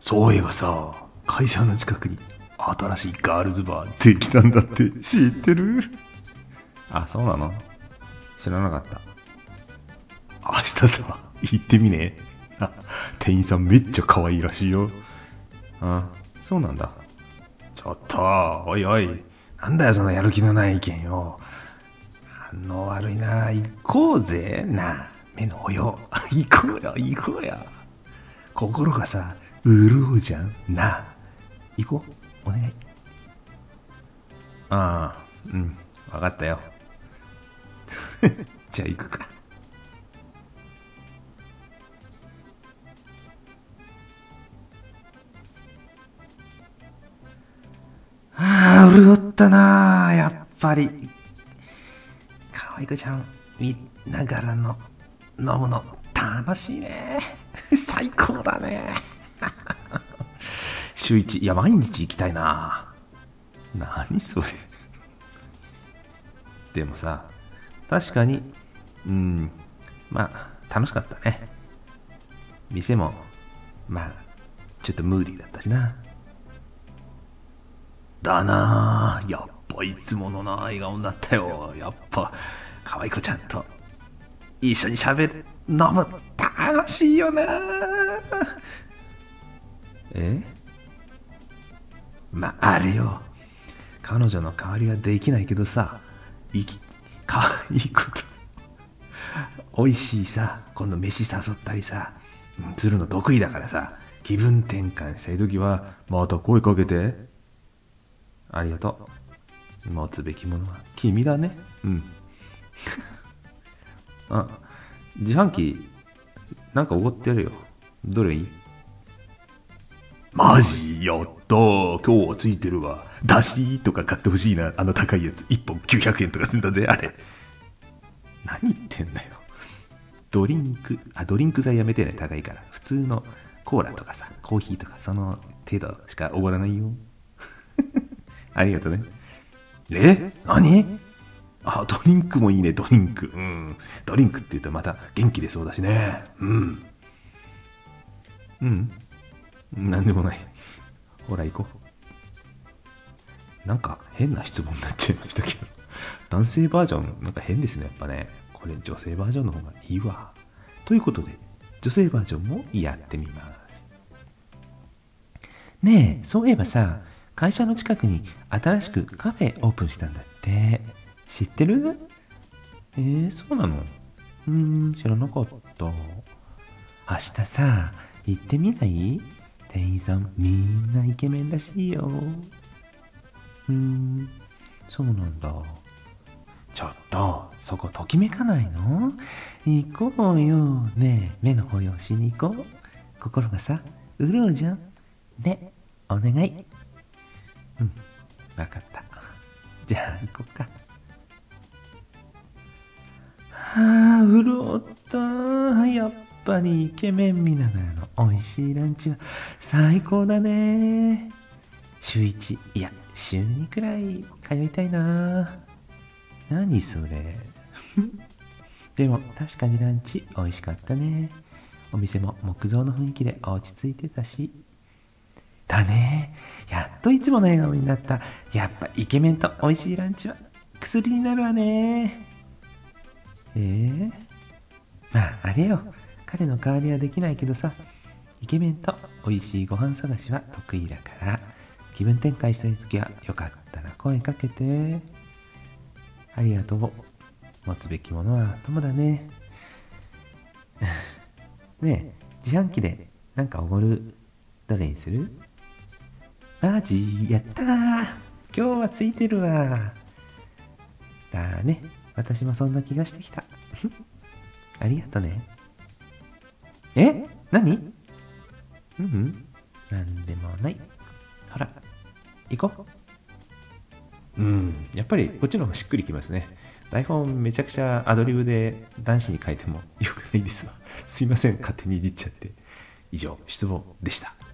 そういえばさ、会社の近くに新しいガールズバーできたんだって知ってる？ あ、そうなの？知らなかった。 明日さ、行ってみね。あ、店員さんめっちゃ可愛いらしいよ。 あ、そうなんだ。 ちょっと、おいおい、なんだよそのやる気のない意見よ。反応悪いな。行こうぜ。なあ、目の保養。行こうよ、行こうよ。心がさ、潤うじゃん。なあ、行こう。お願い。 ああ、うん、わかったよ。 じゃあ行くか。ああ、潤ったな。やっぱり。可愛い子ちゃん見ながらの飲むの楽しいね。最高だね。週一、いや毎日行きたいな。何それ。でもさ、確かに、まあ楽しかったね。店もまあちょっとムーディーだったしな。だなあ、やっぱいつものな笑顔になったよ。やっぱ可愛い子ちゃんと一緒に喋る飲む楽しいよな。 え？ まああれよ、彼女の代わりはできないけどさ、可愛いこと美味しいさ、今度飯誘ったりさ、するの得意だからさ、気分転換したい時はまた声かけて。 ありがと持つべきものは君だね。 あ、自販機、なんかおごってやるよ。どれいい？ マジやったー。今日はついてるわ。だしとか買ってほしいな。あの高いやつ。1本900円とかすんだぜ、あれ。何言ってんだよ。ドリンク代やめてね、高いから。普通のコーラとかさ、コーヒーとか、その程度しかおごらないよ。 ありがとね。 何？あ、ドリンクもいいね、ドリンク。ドリンクって言うとまた元気出そうだしね。 なんでもない。ほら行こう。なんか変な質問になっちゃいましたけど。男性バージョン、なんか変ですね、やっぱね。これ女性バージョンの方がいいわ。ということで、女性バージョンもやってみます。ねえ、そういえばさ、会社の近くに新しくカフェオープンしたんだって。知ってる？ そうなの？ 知らなかった。明日さ、行ってみない？店員さんみんなイケメンらしいよ。そうなんだ。ちょっと、そこときめかないの？行こうよ。ねえ、目の保養しに行こう。心がさ、潤うじゃん。ね、お願い。わかった。じゃあ行こっか。はあ、潤った。やっぱりイケメン見ながらの美味しいランチは最高だね。週1、いや、週2くらい通いたいな。何それ。でも確かにランチ美味しかったね。お店も木造の雰囲気で落ち着いてたし。だね。やっといつもの笑顔になった。やっぱイケメンと美味しいランチは薬になるわね。まああれよ。彼の代わりはできないけどさ、イケメンと美味しいご飯探しは得意だから、気分転換したい時はよかったら声かけて。ありがとう。持つべきものは友だね。ねえ、自販機でなんかおごる。どれにする？マジやったー。今日はついてるわ。だね。私もそんな気がしてきた。ありがとね。何？なんでもない。ほら、行こう。やっぱりこっちの方がしっくりきますね。台本めちゃくちゃアドリブで男子に書いてもよくないですわ。すいません、勝手にいじっちゃって。以上、出動でした。